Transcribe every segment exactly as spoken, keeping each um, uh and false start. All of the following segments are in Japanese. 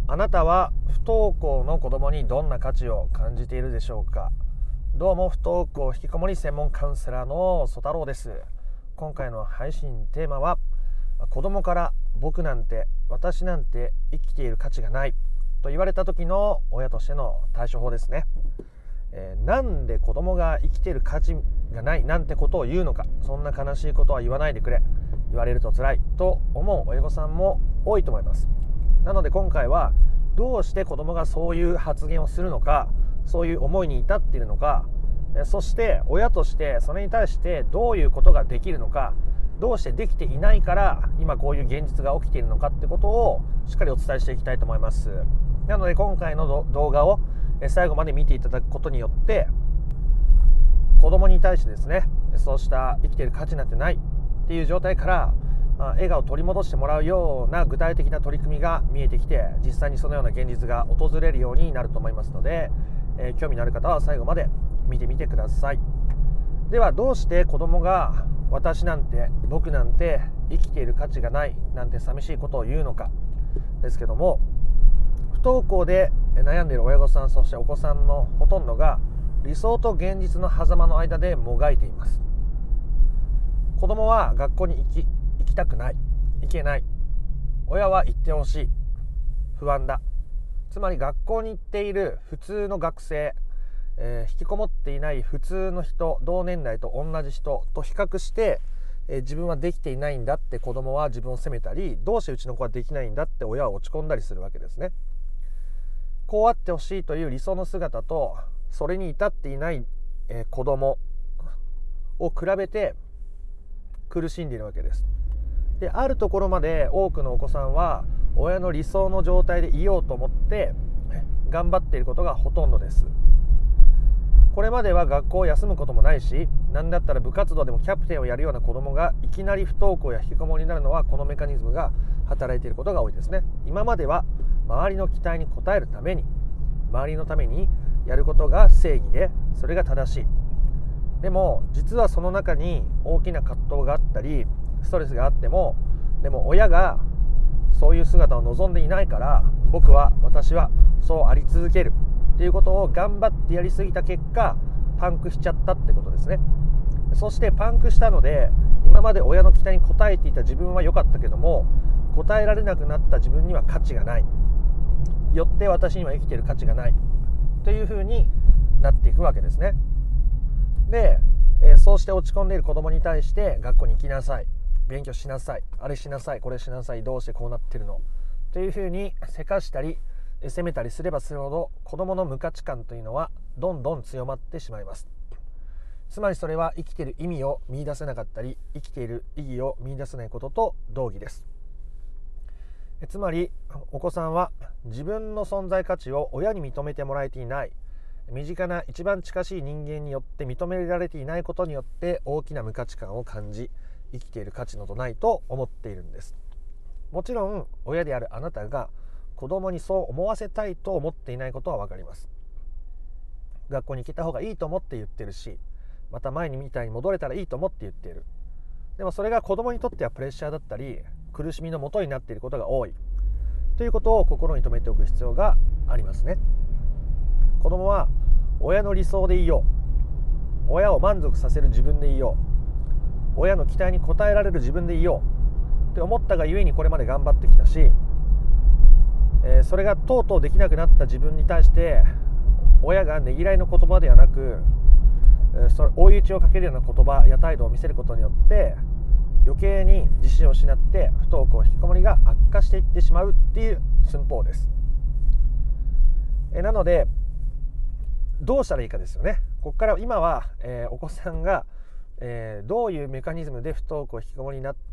あなたは不登校の子供にどんな価値を感じているでしょうか。どうも、不登校引きこもり専門カウンセラーの曽太郎です。今回の配信テーマは、子供から僕なんて私なんて生きている価値がないと言われた時の親としての対処法ですね。えー、なんで子供が生きている価値がないなんてことを言うのか。そんな悲しいことは言わないでくれ、言われると辛いと思う親御さんも多いと思います。なので今回は、どうして子供がそういう発言をするのか、そういう思いに至っているのか、そして親としてそれに対してどういうことができるのか、どうしてできていないから今こういう現実が起きているのかってことをしっかりお伝えしていきたいと思います。なので今回の動画を最後まで見ていただくことによって、子供に対してですね、そうした生きている価値なんてないっていう状態から笑顔を取り戻してもらうような具体的な取り組みが見えてきて、実際にそのような現実が訪れるようになると思いますので、えー、興味のある方は最後まで見てみてください。では、どうして子供が私なんて僕なんて生きている価値がないなんて寂しいことを言うのかですけども、不登校で悩んでいる親御さん、そしてお子さんのほとんどが理想と現実の狭間の間でもがいています。子供は学校に行き行きたくない、行けない、親は行ってほしい、不安だ。つまり学校に行っている普通の学生、えー、引きこもっていない普通の人、同年代と同じ人と比較して、えー、自分はできていないんだって子供は自分を責めたり、どうしてうちの子はできないんだって親は落ち込んだりするわけですね。こうあってほしいという理想の姿と、それに至っていない、えー、子供を比べて苦しんでいるわけです。で、あるところまで多くのお子さんは親の理想の状態でいようと思って頑張っていることがほとんどです。これまでは学校を休むこともないし、何だったら部活動でもキャプテンをやるような子供がいきなり不登校や引きこもりになるのは、このメカニズムが働いていることが多いですね。今までは周りの期待に応えるために、周りのためにやることが正義で、それが正しい。でも実はその中に大きな葛藤があったり、ストレスがあっても、でも親がそういう姿を望んでいないから、僕は私はそうあり続けるっていうことを頑張ってやりすぎた結果、パンクしちゃったってことですね。そしてパンクしたので、今まで親の期待に応えていた自分は良かったけども、応えられなくなった自分には価値がない、よって私には生きている価値がないというふうになっていくわけですね。で、えー、そうして落ち込んでいる子供に対して、学校に行きなさい、勉強しなさい、あれしなさい、これしなさい、どうしてこうなってるのというふうにせかしたり責めたりすればするほど、子どもの無価値観というのはどんどん強まってしまいます。つまりそれは生きている意味を見出せなかったり、生きている意義を見出せないことと同義です。つまりお子さんは自分の存在価値を親に認めてもらえていない、身近な一番近しい人間によって認められていないことによって大きな無価値観を感じ、生きている価値などないと思っているんです。もちろん親であるあなたが子供にそう思わせたいと思っていないことは分かります。学校に行けた方がいいと思って言ってるし、また前にみたいに戻れたらいいと思って言っている。でもそれが子供にとってはプレッシャーだったり、苦しみの元になっていることが多いということを心に留めておく必要がありますね。子供は親の理想でいよう、親を満足させる自分でいよう、親の期待に応えられる自分でいようって思ったがゆえにこれまで頑張ってきたし、えー、それがとうとうできなくなった自分に対して親がねぎらいの言葉ではなく、えー、それ追い打ちをかけるような言葉や態度を見せることによって余計に自信を失って不登校引きこもりが悪化していってしまうっていう寸法です。えー、なのでどうしたらいいかですよね。ここから今は、えー、お子さんが、えー、どういうメカニズムで不登校引きこもりになって、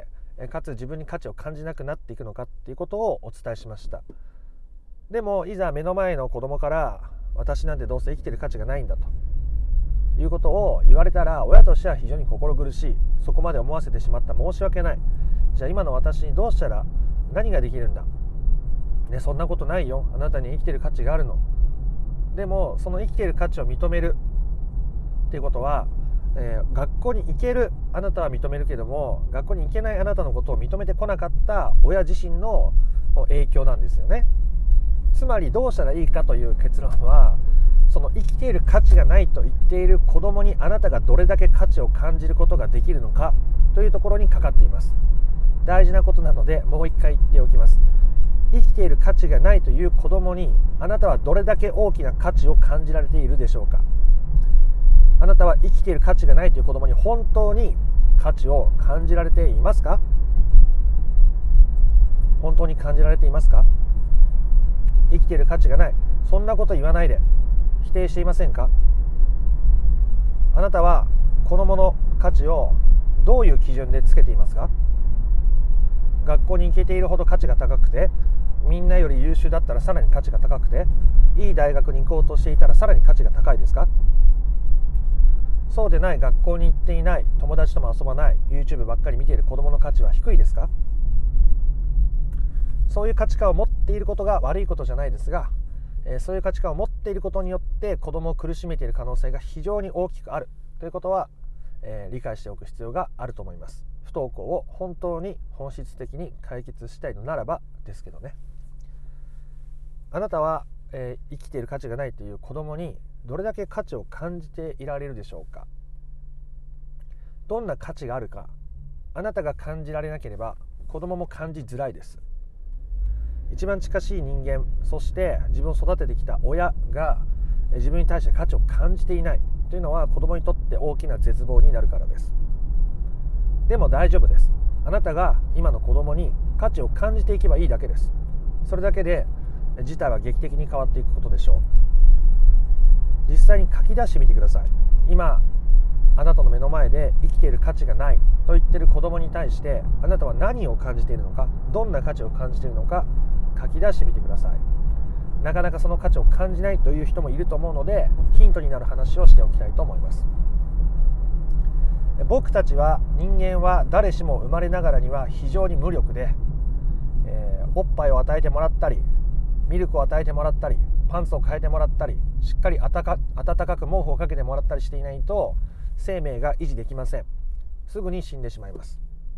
かつ自分に価値を感じなくなっていくのかっていうことをお伝えしました。でもいざ目の前の子供から私なんてどうせ生きてる価値がないんだということを言われたら、親としては非常に心苦しい。そこまで思わせてしまった、申し訳ない。じゃあ今の私にどうしたら何ができるんだ、ね、そんなことないよ、あなたに生きてる価値があるの。でもその生きている価値を認めるっていうことは、えー、学校に行けるあなたは認めるけども、学校に行けないあなたのことを認めてこなかった親自身の影響なんですよね。 つまりどうしたらいいかという結論は、その生きている価値がないと言っている子供にあなたがどれだけ価値を感じることができるのかというところにかかっています。大事なことなのでもう一回言っておきます。生きている価値がないという子供にあなたはどれだけ大きな価値を感じられているでしょうか。あなたは生きている価値がないという子供に本当に価値を感じられていますか？本当に感じられていますか？生きている価値がない、そんなこと言わないで。否定していませんか？あなたは子供の価値をどういう基準でつけていますか？学校に行けているほど価値が高くて、みんなより優秀だったらさらに価値が高くて、いい大学に行こうとしていたらさらに価値が高いですか？そうでない、学校に行っていない、友達とも遊ばない、 YouTube ばっかり見ている子供の価値は低いですか？そういう価値観を持っていることが悪いことじゃないですが、えー、そういう価値観を持っていることによって子供を苦しめている可能性が非常に大きくあるということは、えー、理解しておく必要があると思います。不登校を本当に本質的に解決したいのならばですけどね。あなたは、えー、生きている価値がないという子供にどれだけ価値を感じていられるでしょうか。どんな価値があるか、あなたが感じられなければ子供も感じづらいです。一番近しい人間、そして自分を育ててきた親が自分に対して価値を感じていないというのは子供にとって大きな絶望になるからです。でも大丈夫です。あなたが今の子供に価値を感じていけばいいだけです。それだけで事態は劇的に変わっていくことでしょう。実際に書き出してみてください。今あなたの目の前で生きている価値がないと言っている子供に対してあなたは何を感じているのか、どんな価値を感じているのか書き出してみてください。なかなかその価値を感じないという人もいると思うので、ヒントになる話をしておきたいと思います。僕たちは人間は誰しも生まれながらには非常に無力で、えー、おっぱいを与えてもらったり、ミルクを与えてもらったり、パンツを変えてもらったり、しっかりあたか暖かく毛布をかけてもらったりしていないと生命が維持できません。すぐに死んでしまいます。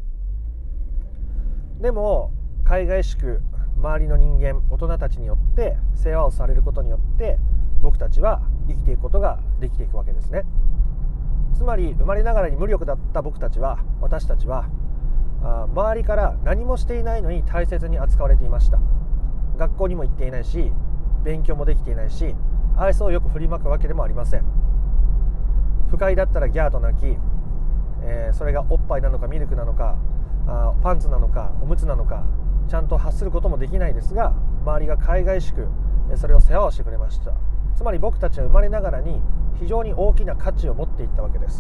でも海外しく周りの人間、大人たちによって世話をされることによって僕たちは生きていくことができていくわけですね。つまり生まれながらに無力だった僕たちは、私たちはあ周りから何もしていないのに大切に扱われていました。学校にも行っていないし、勉強もできていないし、愛想をよく振りまくわけでもありません。不快だったらギャーと泣き、えー、それがおっぱいなのかミルクなのかあパンツなのかおむつなのかちゃんと発することもできないですが、周りが海外しくそれを世話をしてくれました。つまり僕たちは生まれながらに非常に大きな価値を持っていったわけです。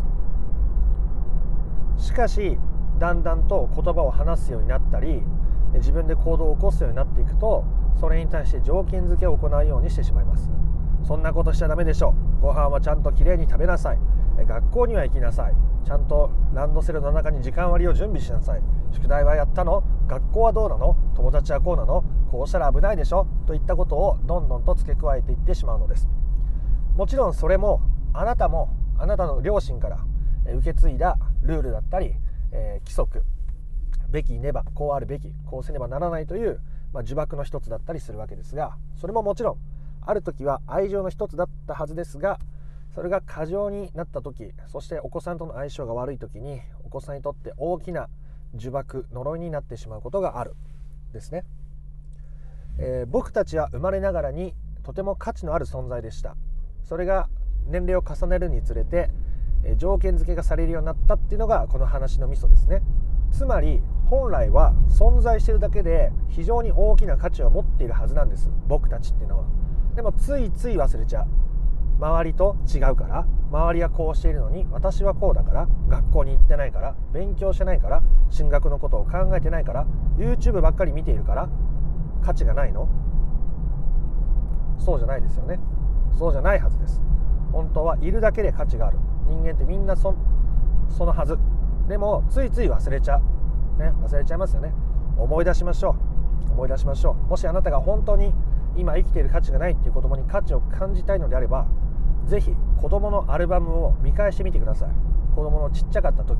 しかしだんだんと言葉を話すようになったり、自分で行動を起こすようになっていくと、それに対して条件付けを行うようにしてしまいます。そんなことしちゃダメでしょう。ご飯はちゃんときれいに食べなさい。学校には行きなさい。ちゃんとランドセルの中に時間割を準備しなさい。宿題はやったの？学校はどうなの？友達はこうなの？こうしたら危ないでしょ？といったことをどんどんと付け加えていってしまうのです。もちろんそれもあなたもあなたの両親から受け継いだルールだったり、えー、規則、べきねばこうあるべき、こうせねばならないという、まあ、呪縛の一つだったりするわけですが、それももちろんある時は愛情の一つだったはずですが、それが過剰になった時、そしてお子さんとの相性が悪い時にお子さんにとって大きな呪縛、呪いになってしまうことがあるですね。えー、僕たちは生まれながらにとても価値のある存在でした。それが年齢を重ねるにつれて、えー、条件付けがされるようになったっていうのがこの話のミソですね。つまり本来は存在しているだけで非常に大きな価値を持っているはずなんです、僕たちっていうのは。でもついつい忘れちゃう。周りと違うから、周りはこうしているのに私はこうだから、学校に行ってないから、勉強してないから、進学のことを考えてないから、 YouTube ばっかり見ているから価値がないの？そうじゃないですよね。そうじゃないはずです。本当はいるだけで価値がある。人間ってみんな そ, そのはず。でもついつい忘れちゃう、ね、忘れちゃいますよね。思い出しましょう。思い出しましょう。もしあなたが本当に今生きている価値がないっていう子供に価値を感じたいのであれば、ぜひ子供のアルバムを見返してみてください。子供のちっちゃかった時、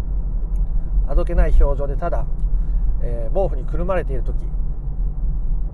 あどけない表情でただ、えー、毛布にくるまれている時、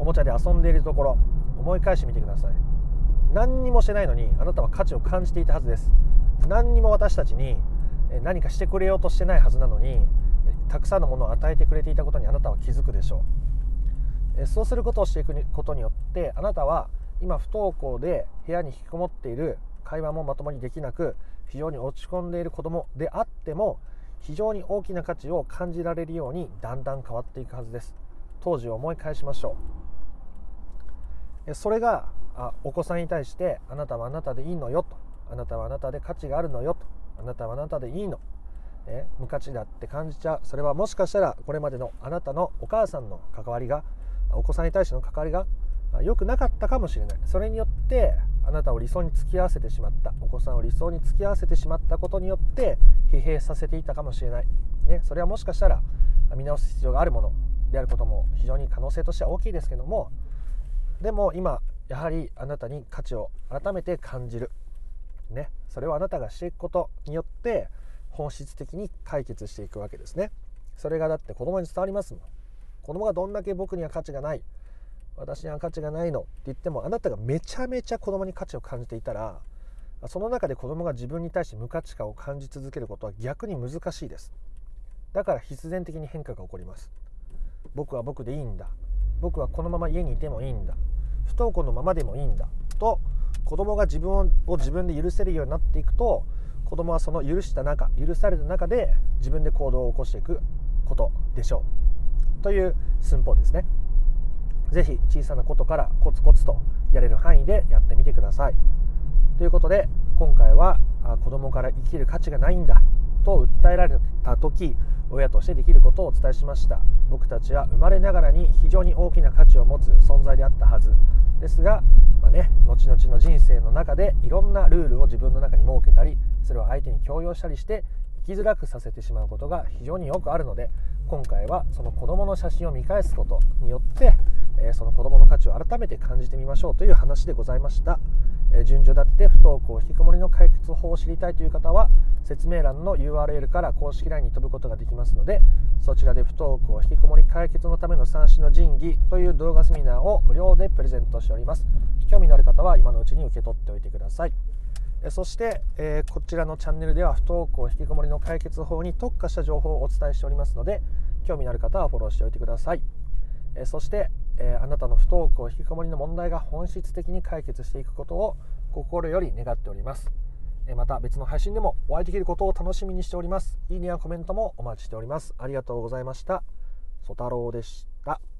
おもちゃで遊んでいるところ思い返してみてください。何にもしてないのにあなたは価値を感じていたはずです。何にも私たちに何かしてくれようとしてないはずなのに、たくさんのものを与えてくれていたことにあなたは気づくでしょう。そうすることをしていくことによって、あなたは今不登校で部屋に引きこもっている、会話もまともにできなく非常に落ち込んでいる子どもであっても、非常に大きな価値を感じられるようにだんだん変わっていくはずです。当時を思い返しましょう。それがあお子さんに対して、あなたはあなたでいいのよと、あなたはあなたで価値があるのよと、あなたはあなたでいいの、え無価値だって感じちゃう。それはもしかしたらこれまでのあなたのお母さんの関わりが、お子さんに対しての関わりが良くなかったかもしれない。それによってあなたを理想に付き合わせてしまった、お子さんを理想に付き合わせてしまったことによって疲弊させていたかもしれない、ね、それはもしかしたら見直す必要があるものであることも非常に可能性としては大きいですけども、でも今やはりあなたに価値を改めて感じる、ね、それをあなたがしていくことによって本質的に解決していくわけですね。それがだって子供に伝わりますもん。子供がどんだけ僕には価値がない、私には価値がないのって言っても、あなたがめちゃめちゃ子供に価値を感じていたら、その中で子供が自分に対して無価値感を感じ続けることは逆に難しいです。だから必然的に変化が起こります。僕は僕でいいんだ、僕はこのまま家にいてもいいんだ、不登校のままでもいいんだと、子供が自分を自分で許せるようになっていくと、子供はその許した中、許された中で自分で行動を起こしていくことでしょうという寸法ですね。ぜひ小さなことからコツコツとやれる範囲でやってみてください。ということで、今回は子供から生きる価値がないんだと訴えられた時、親としてできることをお伝えしました。僕たちは生まれながらに非常に大きな価値を持つ存在であったはずですが、まあね、後々の人生の中でいろんなルールを自分の中に設けたり、それを相手に強要したりして生きづらくさせてしまうことが非常によくあるので、今回はその子供の写真を見返すことによって、えー、その子供の価値を改めて感じてみましょうという話でございました。えー、順序立って不登校引きこもりの解決法を知りたいという方は、説明欄の ユーアールエル から公式 ライン に飛ぶことができますので、そちらで不登校引きこもり解決のための三種の神器という動画セミナーを無料でプレゼントしております。興味のある方は今のうちに受け取っておいてください。そして、えー、こちらのチャンネルでは不登校引きこもりの解決法に特化した情報をお伝えしておりますので、興味のある方はフォローしておいてください。えー、そして、えー、あなたの不登校引きこもりの問題が本質的に解決していくことを心より願っております。えー、また別の配信でもお会いできることを楽しみにしております。いいねやコメントもお待ちしております。ありがとうございました。ソタロウでした。